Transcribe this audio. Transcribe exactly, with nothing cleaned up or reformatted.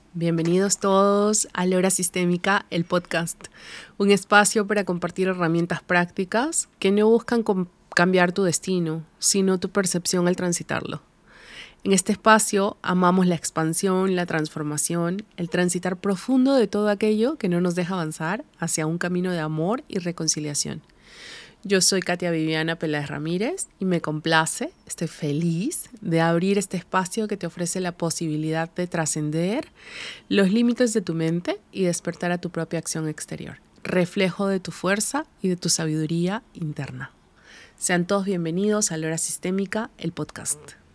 Bienvenidos todos a La Hora Sistémica, el podcast, un espacio para compartir herramientas prácticas que no buscan com- cambiar tu destino, sino tu percepción al transitarlo. En este espacio amamos la expansión, la transformación, el transitar profundo de todo aquello que no nos deja avanzar hacia un camino de amor y reconciliación. Yo soy Katia Viviana Peláez Ramírez y me complace, estoy feliz de abrir este espacio que te ofrece la posibilidad de trascender los límites de tu mente y despertar a tu propia acción exterior, reflejo de tu fuerza y de tu sabiduría interna. Sean todos bienvenidos a La Hora Sistémica, el podcast.